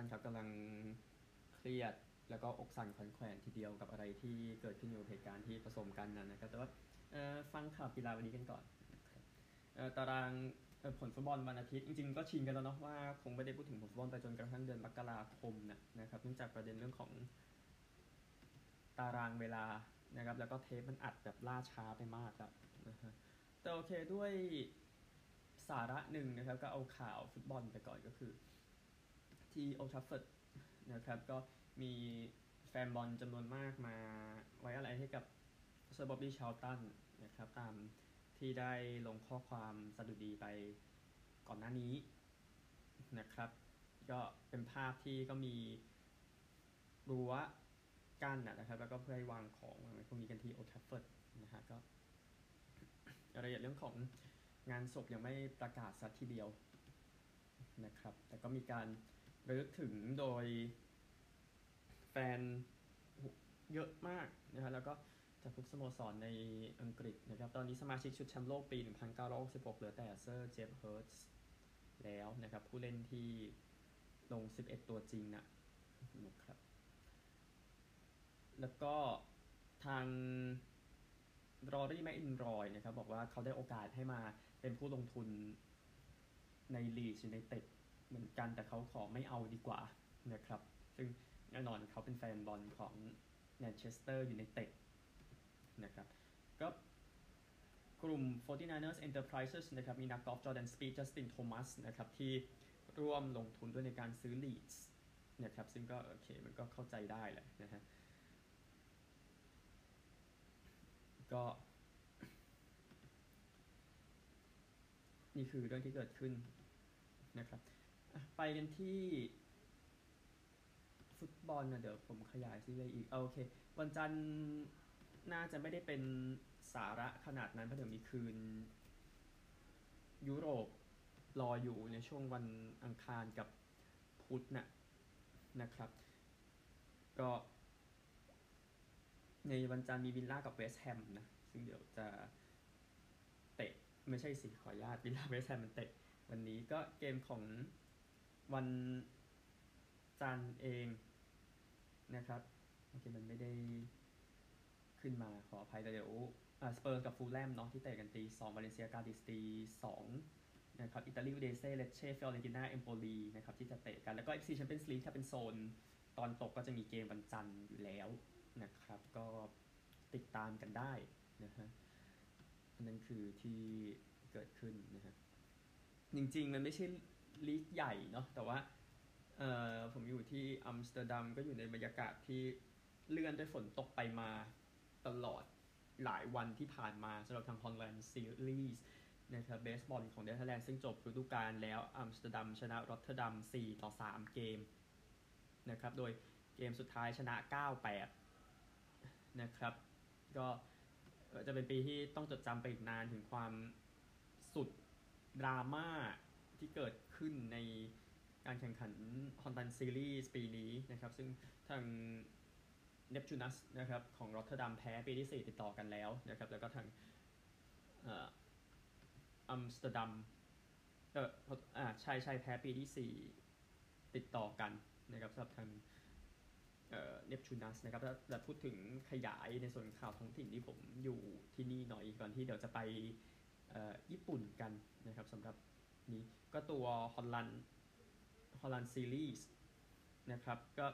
ครับกำลังเครียดแล้วก็อกสั่นขวัญแขวนทีเดียวกับอะไรที่เกิดขึ้นอยู่เหตุการณ์ที่ผสมกันนะครับแต่ว่าฟังข่าวกีฬาวันนี้กันก่อนตารางผลฟุตบอลวันอาทิตย์จริงๆก็ชินกันแล้วเนาะว่าคงไม่ได้พูดถึงผลฟุตบอลไปจนกระทั่งเดือนมกราคมนะครับเนื่องจากประเด็นเรื่องของตารางเวลานะครับแล้วก็เทปมันอัดแบบล่าช้าไปมากแล้วนะฮะแต่โอเคด้วยสาระหนึ่งนะครับก็เอาข่าวฟุตบอลไปก่อนก็คือที่โอลด์แทราฟฟอร์ดนะครับก็มีแฟนบอลจำนวนมากมาไว้อะไรให้กับเซอร์บ๊อบบี้ชาลตันนะครับตามที่ได้ลงข้อความสดุดีไปก่อนหน้านี้นะครับก็เป็นภาพที่ก็มีรั้วกั้นนะครับแล้วก็เพื่อให้วางของอะไรพวกนี้กันที่โอลด์แทราฟฟอร์ดนะฮะก็รายละเอียดเรื่องของงานศพยังไม่ประกาศสักทีเดียวนะครับแต่ก็มีการระลึกถึงโดยแฟนเยอะมากนะครับแล้วก็จากทุกสโมสรในอังกฤษนะครับตอนนี้สมาชิกชุดแชมป์โลกปี 1966 เหลือแต่เซอร์เจฟเฮิร์ตส์แล้วนะครับผู้เล่นที่ลง 11 ตัวจริงนะครับแล้วก็ทางรอรี่แมคอินรอยนะครับบอกว่าเขาได้โอกาสให้มาเป็นผู้ลงทุนในลีดส์ยูไนเต็ดเหมือนกันแต่เขาขอไม่เอาดีกว่านะครับซึ่งแน่นอนเขาเป็นแฟนบอลของแมนเชสเตอร์ยูไนเต็ดนะครับก็กลุ่ม 49ers Enterprises นะครับมีนักกอล์ฟจอร์แดนสปีดจัสตินโทมัสนะครับที่ร่วมลงทุนด้วยในการซื้อลีดส์นะครับซึ่งก็โอเคมันก็เข้าใจได้แหละนะฮะก็นี่คือเรื่องที่เกิดขึ้นนะครับไปกันที่ฟุตบอลนะเดี๋ยวผมขยายซิเลยอีกโอเควันจันทร์น่าจะไม่ได้เป็นสาระขนาดนั้นเพราะเดี๋ยวมีคืนยุโรปรออยู่ในช่วงวันอังคารกับพุธนะครับก็ในวันจันทร์มีวิลล่ากับเวสต์แฮมนะซึ่งเดี๋ยวจะเตะไม่ใช่สิขออนุญาตวิลล่าเวสต์แฮมมันเตะวันนี้ก็เกมของวันจันทร์เองนะครับโอเคมันไม่ได้ขึ้นมาขออภัยแต่เดี๋ยวสเปอร์กับฟูลแลมเนาะที่เตะกันตี2วาเลนเซียกาดิสตี2นะครับอิตาลีอูเดเซ่เลเช่ฟิออเรนติน่าเอมโปลีนะครับที่จะเตะกันแล้วก็ FC Champions League ถ้าเป็นโซนตอนตกก็จะมีเกมวันจันทร์อยู่แล้วนะครับก็ติดตามกันได้นะฮะอันนั้นคือที่เกิดขึ้นนะฮะจริงๆมันไม่ใช่ลีกใหญ่เนาะแต่ว่าผมอยู่ที่อัมสเตอร์ดัมก็อยู่ในบรรยากาศที่เลื่อนด้วยฝนตกไปมาตลอดหลายวันที่ผ่านมาสำหรับทางฮอลแลนด์ซีรีส์นะครับเบสบอลของเนเธอร์แลนด์ซึ่งจบฤดูกาลแล้วอัมสเตอร์ดัมชนะรอตเทอร์ดัม4-3เกมนะครับโดยเกมสุดท้ายชนะ9-8นะครับก็จะเป็นปีที่ต้องจดจำไปอีกนานถึงความสุดดราม่าที่เกิดขึ้นในการแข่งขันฮอนตันซีรีส์ปีนี้นะครับซึ่งทางเนปจูนัสนะครับของรอตเทอร์ดัมแพ้ปีที่4ติดต่อกันแล้วนะครับแล้วก็ทางอัมสเตอร์ดัมใช่แพ้ปีที่4ติดต่อกันนะครับสำหรับทางเนปจูนัสนะครับแล้วพูดถึงขยายในส่วนข่าวท้องถิ่นที่ผมอยู่ที่นี่หน่อยก่อนที่เดี๋ยวจะไปญี่ปุ่นกันนะครับสำหรับนี้ก็ตัวฮอลแลนด์ซีรีส์นะครับก็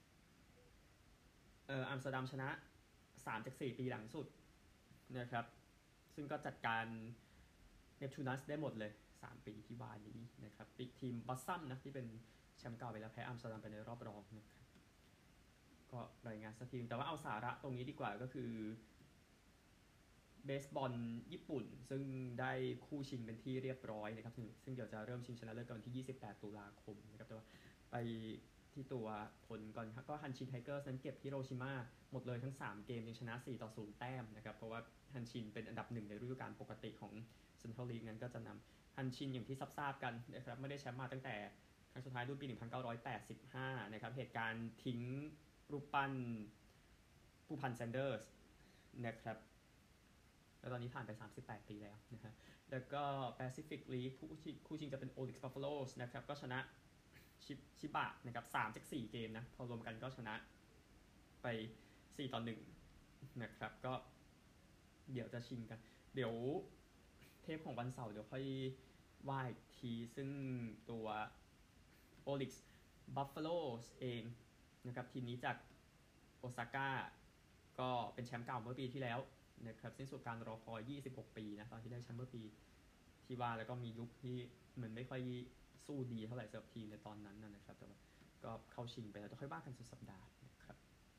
อัมสเตอร์ดัมชนะ3 จาก 4 ปีหลังสุดนะครับซึ่งก็จัดการเนปจูนัสได้หมดเลย3 ปีที่ว่านี้นะครับปีทีมบัสซัมนะที่เป็นแชมป์เก่าไปแล้วแพ้อัมสเตอร์ดัมไปในรอบรองนะครับก็รายงานสักทีแต่ว่าเอาสาระตรงนี้ดีกว่าก็คือเบสบอลญี่ปุ่นซึ่งได้คู่ชิงเป็นที่เรียบร้อยนะครับซึ่งเดี๋ยวจะเริ่มชิงชนะเลิศกันที่28 ตุลาคมนะครับแต่ว่าไปที่ตัวผลก่อนครับก็ฮันชินไทเกอร์สนั้นเก็บฮิโรชิมาหมดเลยทั้ง3 เกมยังชนะ4-0แต้มนะครับเพราะว่าฮันชินเป็นอันดับ1ในฤดูกาลปกติของเซ็นทรัลลีกนั้นก็จะนำฮันชินอย่างที่ทราบกันนะครับไม่ได้แชมป์มาตั้งแต่ครั้งสุดท้ายรุ่นปี 1985นะครับเหตุการณ์ทิ้งรูปปั้นผู้พันแซนเดอร์สนะครับแล้วตอนนี้ผ่านไป38 ปีแล้วนะฮะแล้วก็ Pacific League คู่ชิงจะเป็น Oryx Buffaloes นะครับก็ชนะชิบะนะครับ3 จาก 4 เกมนะพอรวมกันก็ชนะไป4-1นะครับก็เดี๋ยวจะชิงกันเดี๋ยวเทปของวันเสาร์เดี๋ยวค่อยว่าอีกทีซึ่งตัวโอลิกส์บัฟฟาโลเองนะครับทีมนี้จากโอซาก้าก็เป็นแชมป์เก่าเมื่อปีที่แล้วนะครับสิ้นสุดการรอคอย26 ปีนะตอนที่ได้แชมป์เมื่อปีที่ว่าแล้วก็มียุคที่เหมือนไม่ค่อยสู้ดีเท่าไหร่สำหรับทีมในตอนนั้นนะครับแต่ว่าก็เข้าชิงไปแล้วจะค่อยว่ากันสุดสัปดาห์นะครับ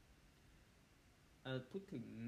พูดถึง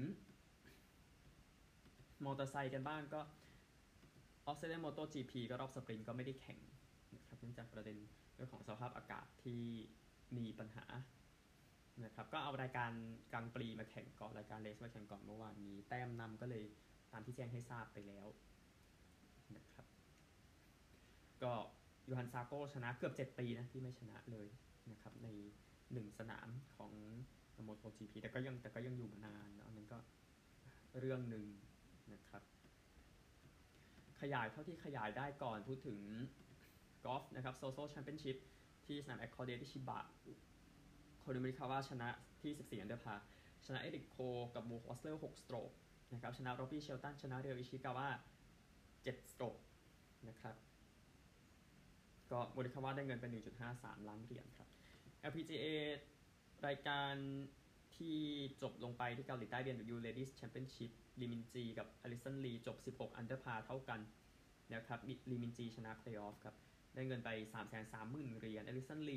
มอเตอร์ไซค์กันบ้างก็ออสเตรเลียนมอเตอร์ GP ก็รอบสปรินต์ก็ไม่ได้แข่งนะครับเนื่องจากประเด็นเรื่องของสภาพอากาศที่มีปัญหานะครับก็เอารายการกลางปีมาแข่งก่อนรายการเลสมาแข่งก่อนเมื่อวานนี้แต้มนำก็เลยตามที่แจ้งให้ทราบไปแล้วนะครับก็ยูฮันซาโกชนะเกือบ7 ปีนะที่ไม่ชนะเลยนะครับใน1 สนามของโมโต GP แต่ก็ยังอยู่มานานอันนั้นก็เรื่องหนึ่งนะครับขยายเท่าที่ขยายได้ก่อนพูดถึงกอล์ฟนะครับโซโซแชมเปี้ยนชิพที่สนามแอคคอร์เดที่ชิบะโคโดมิคาวะชนะที่14 อันเดอร์พาชนะเอริกโคกับบูคอสเลอร์6 สโตรกนะครับชนะโรบี้เชลตันชนะเรียวอิชิกาวะ7 สโตรกนะครับก็โมริคาวะได้เงินไป 1.53 ล้านเหรียญครับ LPGA รายการที่จบลงไปที่เกาหลีใต้ BMW Ladies Championship ลีมินจีกับอลิสันลีจบ16 อันเดอร์พาเท่ากันนะครับลีมินจีชนะเพลย์ออฟครับได้เงินไป 330,000 เหรียญอลิสันลี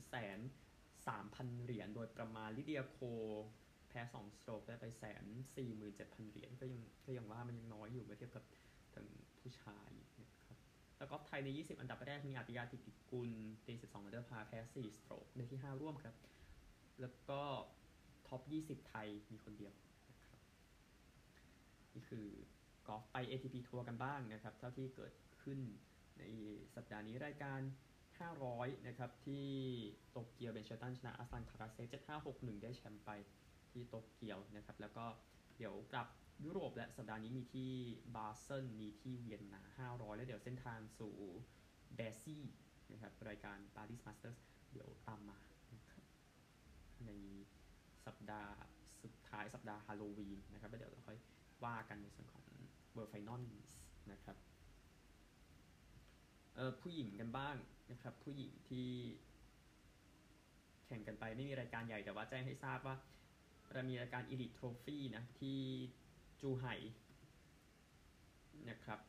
230,000 เหรียญโดยประมาณลิเดียโคแพ้2 สโตรกได้ไป 147,000 เหรียญก็ยังว่ามันยังน้อยอยู่เมื่อเทียบกับทางผู้ชายนะครับแล้วก็ไทยใน20 อันดับแรกมีอาติยาติติกุลตี12 อันเดอร์พาแพ้4 สโตรกในที่5ร่วมครับแล้วก็ท็อป20ไทยมีคนเดียวนะครับนี่คือกอล์ฟไป ATP ทัวร์กันบ้างนะครับเท่าที่เกิดขึ้นในสัปดาห์นี้รายการ500นะครับที่โตเกียวเบนเชตันชนะอาซันคาราเซฟ7561ได้แชมป์ไปที่โตเกียวนะครับแล้วก็เดี๋ยวกลับยุโรปและสัปดาห์นี้มีที่บาเซิลมีที่เวียนนา500แล้วเดี๋ยวเส้นทางสู่เบซี่นะครับรายการปารีสมาสเตอร์สเดี๋ยวตามมานะครับในสัปดาห์สุดท้ายสัปดาห์ฮาโลวีนนะครับแล้วเดี๋ยวเราค่อยว่ากันในส่วนของเวิลด์ไฟนอลนะครับผู้หญิงกันบ้างนะครับผู้หญิงที่แข่งกันไปไม่มีรายการใหญ่แต่ว่าแจ้งให้ทราบว่าเรามีรายการ Elite Trophy นะที่จูไห่นะครับ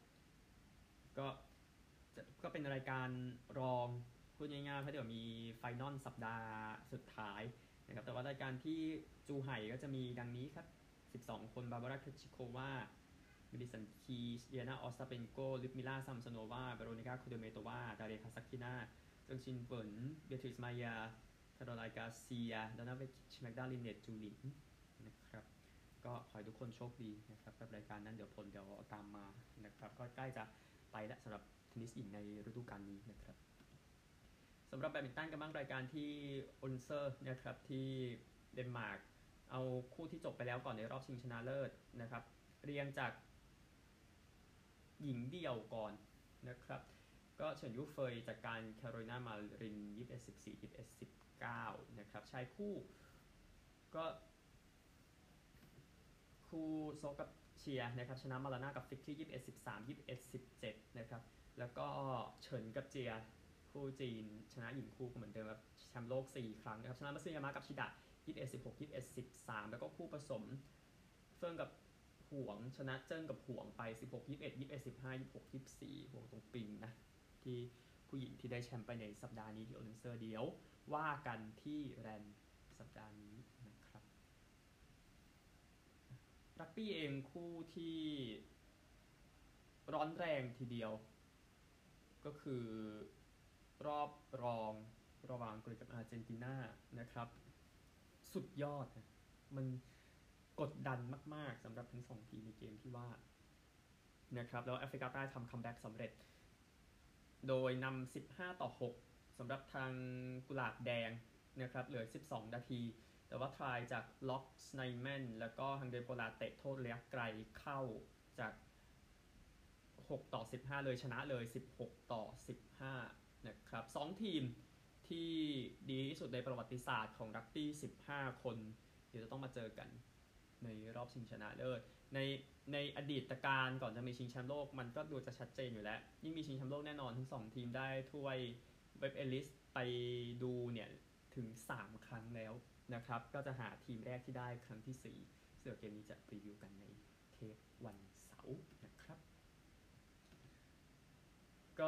ก็เป็นรายการรองพูดง่ายๆเพราะเดี๋ยวมีไฟนอลสัปดาห์สุดท้ายนะครับแต่ว่ารายการที่จูไห่ก็จะมีดังนี้ครับ12 คนบาบาร่าเคชิโความิลิสันคีสเดียนาออสตาเปนโกลิปมิล่าซัมซโนวาเบโรนิก้าคูเดเมโตวาดาเรคาซักคินาเจิงชินเฟินเบทริสมายาคาโรไลน์กาเซียดานาเวชแมกดาลินเนตจูลินนะครับก็ขอให้ทุกคนโชคดีนะครับกับรายการนั้นเดี๋ยวตามมานะครับก็ใกล้จะไปแล้วสำหรับเทนนิสหญิงในฤดูกาลนี้นะครับสำหรับแบดมินตันกันบ้างรายการที่อุนเซอร์นะครับที่เดนมาร์กเอาคู่ที่จบไปแล้วก่อนในรอบชิงชนะเลิศนะครับเรียงจากหญิงเดี่ยวก่อนนะครับก็เฉินยูเฟยจากการแคโรไลนามาริน 21-14 21-19 นะครับชายคู่ก็คู่โซกับเชียนะครับชนะมาลาน่ากับฟิกที่ 21-13 21-17 นะครับแล้วก็เฉินกับเจียคู่จีนชนะหญิงคู่เหมือนเดิมครับแชมป์โลก4 ครั้งนะครับชนะมาซึยามะกับชิดะ 21-16 21-13 แล้วก็คู่ผสมเฟิงกับหวงชนะเจิ้งกับหวงไป 16-21 21-15 26-24 หวงตรงปิงนะที่ผู้หญิงที่ได้แชมป์ไปในสัปดาห์นี้ที่โอลิมเซอร์เดียวว่ากันที่แรนสัปดาห์นี้นะครับรักบี้เองคู่ที่ร้อนแรงทีเดียวก็คือรอบรองระหว่างอังกฤษกับอาร์เจนตินานะครับสุดยอดนะมันกดดันมากๆสำหรับทั้ง2 ทีมในเกมที่ว่านะครับแล้วแอฟริกาใต้ทำคัมแบ็กสำเร็จโดยนำ15-6สำหรับทางกุหลาบแดงนะครับเหลือ12 นาทีแต่ว่าทรายจากล็อกสไนแมนแล้วก็ฮังเดโปลาเตะโทษระยะไกลเข้าจาก6-15เลยชนะเลย16-15นะครับ2 ทีมทที่ดีที่สุดในประวัติศาสตร์ของรักบี้15 คนเดี๋ยวจะต้องมาเจอกันในรอบชิงชนะเลิศในอดีตการก่อนจะมีชิงแชมป์โลกมันก็ดูจะชัดเจนอยู่แล้วยิ่งมีชิงแชมป์โลกแน่นอนทั้ง2ทีมได้ถ้วยเว็บเอลิสไปดูเนี่ยถึง3 ครั้งแล้วนะครับก็จะหาทีมแรกที่ได้ครั้งที่4ซึ่งเกมนี้จะรีวิวกันในเทปวันเสาร์นะครับก็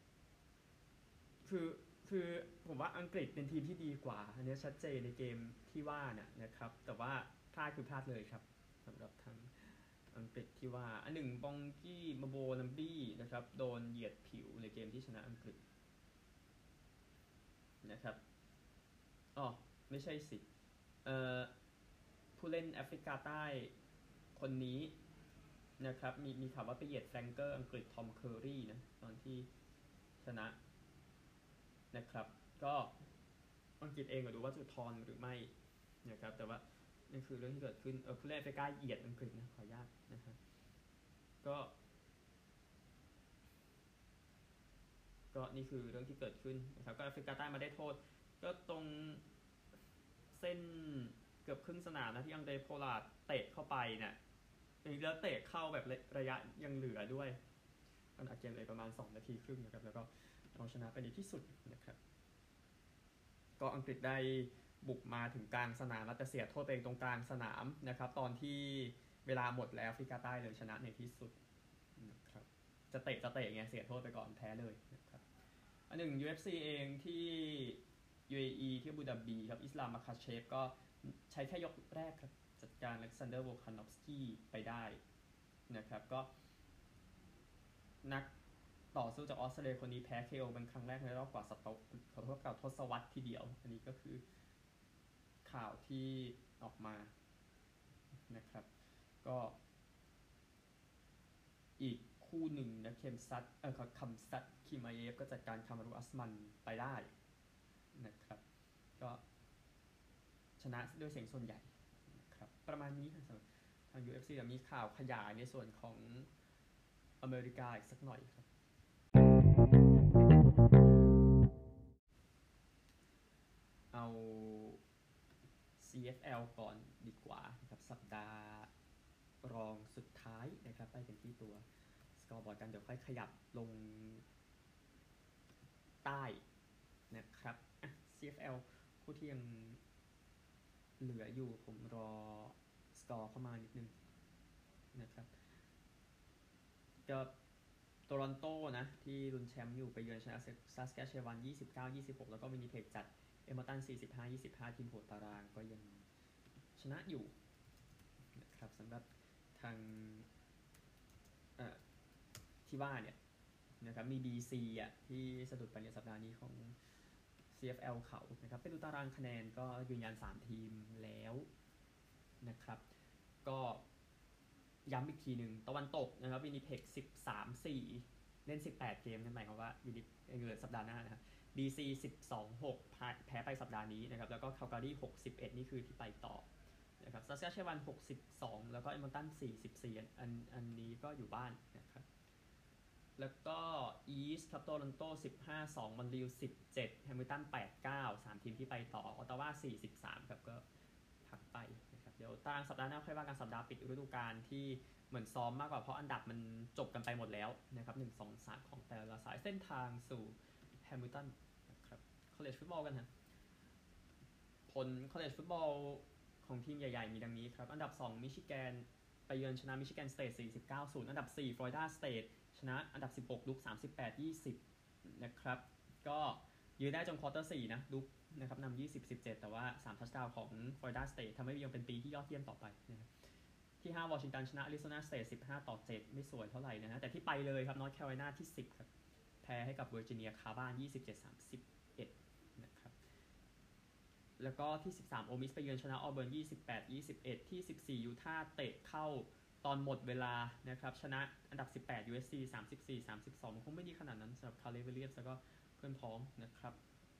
คือผมว่าอังกฤษเป็นทีมที่ดีกว่าอันนี้ชัดเจนในเกมที่ว่านะครับแต่ว่าพลาดคือพลาดเลยครับสำหรับทางอังกฤษที่ว่าอันหนึ่งบองกี้มาโบนัมบี้นะครับโดนเหยียดผิวในเกมที่ชนะอังกฤษนะครับอ๋อไม่ใช่สิผู้เล่นแอฟริกาใต้คนนี้นะครับมีข่าวว่าไปเหยียดแฟรงเกอร์อังกฤษทอมเคอร์รี่นะตอนที่ชนะนะครับก็อังกฤษเองก็ดูว่าจะทอนหรือไม่นะครับแต่ว่านี่คือเรื่องที่เกิดขึ้นผู้เล่นแอฟริกาเหยียดอังกฤษนะขออนุญาตนะครับก็นี่คือเรื่องที่เกิดขึ้นนะครับก็แอฟริกาใต้มาได้โทษก็ตรงเส้นเกือบครึ่งสนามนะที่อังเดรโพลาร์ดเตะเข้าไปเนี่ยแล้วเตะเข้าแบบระยะยังเหลือด้วยขณะเกมเลยประมาณ2 นาทีครึ่งนะครับแล้วก็เอาชนะไปในที่สุดนะครับก็อังกฤษได้บุกมาถึงกลางสนามแล้วแต่เสียโทษเองตรงกลางสนามนะครับตอนที่เวลาหมดแล้วแอฟริกาใต้เลยชนะในที่สุดนะครับจะเตะไงเสียโทษไปก่อนแพ้เลยนะครับอันหนึ่ง UFC เองที่ UAE ที่บูดาบีครับอิสลามมาคาเชฟก็ใช้แค่ยกแรกครับจัดการอเล็กซานเดอร์โวลคานอฟสกี้ไปได้นะครับก็นักต่อสู้จากออสเตรเลียคนนี้แพ้ KO เป็นครั้งแรกในรอบกว่าทศวรรษทีเดียวอันนี้ก็คือข่าวที่ออกมานะครับก็อีกคู่หนึ่งนะคัมซัดคิมาเอฟก็จัดการคามารูอัสมันไปได้นะครับก็ชนะด้วยเสียงส่วนใหญ่นะครับประมาณนี้ครับทาง UFC จะมีข่าวขยายในส่วนของอเมริกาอีกสักหน่อยครับเอา CFL ก่อนดีกว่านะครับสัปดาห์รองสุดท้ายนะครับไปกันที่ตัวสกอร์บอร์ดกันเดี๋ยวค่อยขยับลงใต้นะครับCFL คู่ที่ยังเหลืออยู่ผมรอสกอร์เข้ามานิดนึงนะครับก็โตรอนโตนะที่ลุ้นแชมป์อยู่ไปเยือนชนะซัสแกเชวัน29-26แล้วก็วินนิเพกจัดเอเมอร์ตัน45-25ทีมโหดตารางก็ยังชนะอยู่นะครับสำหรับทางที่ว่าเนี่ยนะครับมี BC ที่สะดุดไปในสัปดาห์นี้ของ CFL เขานะครับเป็นดูตารางคะแนนก็ยืนยัน3 ทีมแล้วนะครับก็ย้ำอีกทีหนึ่งตะวันตกนะครับวินนิเพก13-4เล่น18 เกมนั่นหมายความว่าวินนิเพกสัปดาห์หน้านะครับ BC 12-6แพ้ไปสัปดาห์นี้นะครับแล้วก็คาลการี61นี่คือที่ไปต่อนะครับซัสแกเชวัน62แล้วก็เอเมอร์ตัน44อันนี้ก็อยู่บ้านนะครับแล้วก็อีสต์ครับโตรอนโต15-2มอนทรีออล17แฮมิลตัน8-9 3 ทีมที่ไปต่อออตตาวา43ครับก็พักไปนะครับเดี๋ยวตารางสัปดาห์หน้าค่อยว่ากันสัปดาห์ปิดฤดูกาลที่เหมือนซ้อมมากกว่าเพราะอันดับมันจบกันไปหมดแล้วนะครับ1 2 3ของแต่ละสายเส้นทางสู่แฮมิลตันนะครับคอลเลจฟุตบอลกันฮะผลคอลเลจฟุตบอลของทีมใหญ่ๆมีดังนี้ครับอันดับ2มิชิแกนไปเยือนชนะมิชิแกนสเตท49-0อันดับ4ฟลอริดาสเตทชนะอันดับ16ลุก38-20นะครับก็ยืนได้จนควอเตอร์4นะลุกนะครับนำ20-17แต่ว่า3ทัชดาวของฟลอริดาสเตททำให้ยังเป็นปีที่ยอดเยี่ยมต่อไปนะครับที่5วอชิงตันชนะอาริโซนาสเตท15-7ไม่สวยเท่าไหร่นะฮะแต่ที่ไปเลยครับนอร์ทแคโรไลนาที่10ครับแพ้ให้กับเวอร์จิเนียคาบ้าน27-31นะครับแล้วก็ที่13โอมิสไปเยือนชนะออเบิร์น28-21ที่14ยูทาห์เตะเข้าตอนหมดเวลานะครับชนะอันดับ18 USC 34-32คงไม่ดีขนาดนั้นสำหรับคาร์เลเวเลียสแล้วก็เพื่อนพ้องนะครับ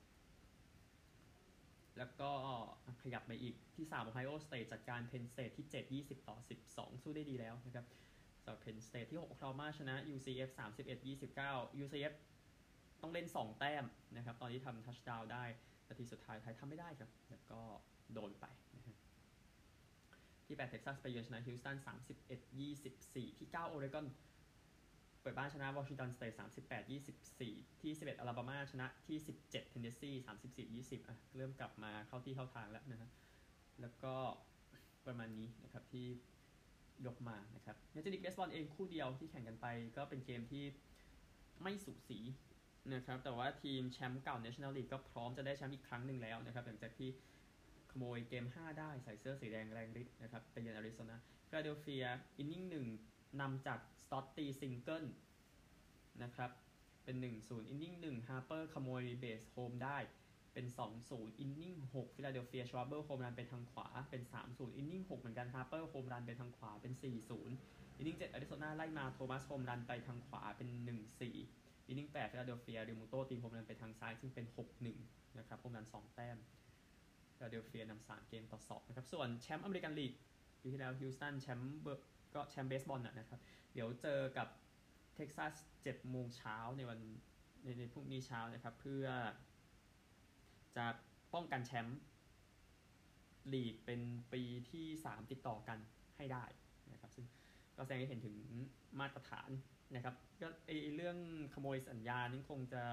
แล้วก็ขยับไปอีกที่3 Ohio State จัดการ Penn State ที่7 20-12สู้ได้ดีแล้วนะครับสำหรับ Penn State ที่6 Oklahoma ชนะ UCF 31-29 UCF ต้องเล่น2แต้มนะครับตอนที่ทำทัชดาวน์ได้นาทีสุดท้ายไทยทำไม่ได้ครับแล้วก็โดนไปนะฮะที่8เท็กซัสไปเยือนชนะฮิลสตัน31-24ที่9โอเรกอนเปิดบ้านชนะวอชิงตันสเตท38-24ที่11อลาบามาชนะที่17เทนเนสซี34-20เริ่มกลับมาเข้าที่เข้าทางแล้วนะฮะแล้วก็ประมาณนี้นะครับที่ยกมานะครับเมเจอร์ลีกเบสบอลเองคู่เดียวที่แข่งกันไปก็เป็นเกมที่ไม่สูสีนะครับแต่ว่าทีมแชมป์เก่า National League ก็พร้อมจะได้แชมป์อีกครั้งหนึ่งแล้วนะครับหลังจากที่ขโมยเกม5ได้ใส่เสื้อสีแดงแรงฤทธิ์นะครับไปเยือนอาริโซนาฟิลาเดลเฟียอินนิ่ง1นำจากสตอตตีซิงเกิลนะครับเป็น 1-0 อินนิ่ง1ฮาร์เปอร์ขโมยเบสโฮมได้เป็น 2-0 อินนิ่ง6ฟิลาเดลเฟียชวาเบิลโฮมรันไปทางขวาเป็น 3-0 อินนิ่ง6เหมือนกันฮาร์เปอร์โฮมรันไปทางขวาเป็น 4-0 อินนิ่ง7อาริโซนาไล่มาโทมัสโฮมรันไปทางขวาเป็น 1-4 อินนิ่ง8ฟิลาเดลเฟียริมูโต้ตีโฮมรันไปทางซ้ายซึ่งเป็น 6-1 นะครับโฮมรัน2แต้มฟิลาเดลเฟียนำ3เกมต่อ2นะครับส่วนแชมป์อเมริกันลีกปีที่แล้วฮิลสตันแชมป์ก็แชมป์เบสบอลนะครับเดี๋ยวเจอกับเท็กซัส7 โมงเช้าในวันในพรุ่งนี้เช้านะครับเพื่อจะป้องกันแชมป์ลีกเป็นปีที่3ติดต่อกันให้ได้นะครับซึ่งก็แสดงให้เห็นถึงมาตรฐานนะครับก็เรื่องขโมยสัญญานี่คงจะ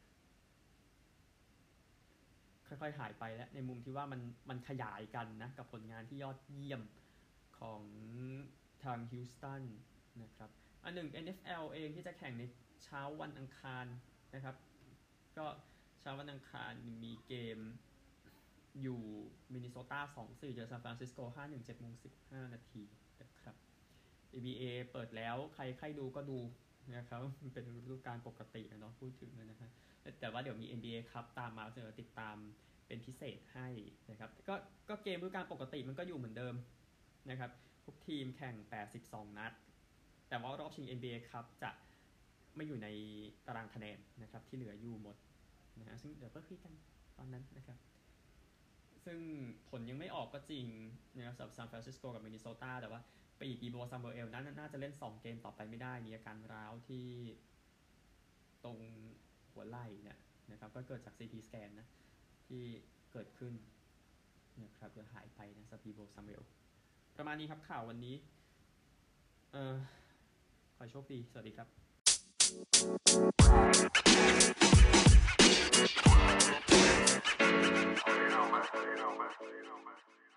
ค่อยๆหายไปแล้วในมุมที่ว่ามันขยายกันนะกับผลงานที่ยอดเยี่ยมของทางฮิลสตันนะครับอันหนึ่ง NFL เองที่จะแข่งในเช้าวันอังคารนะครับก็เช้าวันอังคารมีเกมอยู่มินนิโซตา 2-4 เจอซานฟรานซิสโก 5-1 7:15 นาทีนะครับ NBA เปิดแล้วใครดูก็ดูนะครับเป็นฤดูกาลปกติเนาะพูดถึงนะฮะแต่ว่าเดี๋ยวมี NBA ครับตามมาจะติดตามเป็นพิเศษให้นะครับก็เกมฤดูกาลปกติมันก็อยู่เหมือนเดิมนะครับทุกทีมแข่ง82นัดแต่ว่ารอบชิง NBA ครับจะไม่อยู่ในตารางคะแนนนะครับที่เหลืออยู่หมดนะฮะซึ่งเดี๋ยวก็คุยกันตอนนั้นนะครับซึ่งผลยังไม่ออกก็จริงนะครับสำหรับซานฟรานซิสโกกับมินนิโซตาแต่ว่าปีกอีโบซัมเบอร์เอลนั้นน่าจะเล่น2เกมต่อไปไม่ได้มีอาการร้าวที่ตรงหัวไหล่เนี่ยนะครับก็เกิดจาก CT สแกนนะที่เกิดขึ้นนะครับจะหายไปนะสตีโบซัมเบอร์เอลประมาณนี้ครับข่าววันนี้ขอโชคดีสวัสดีครับ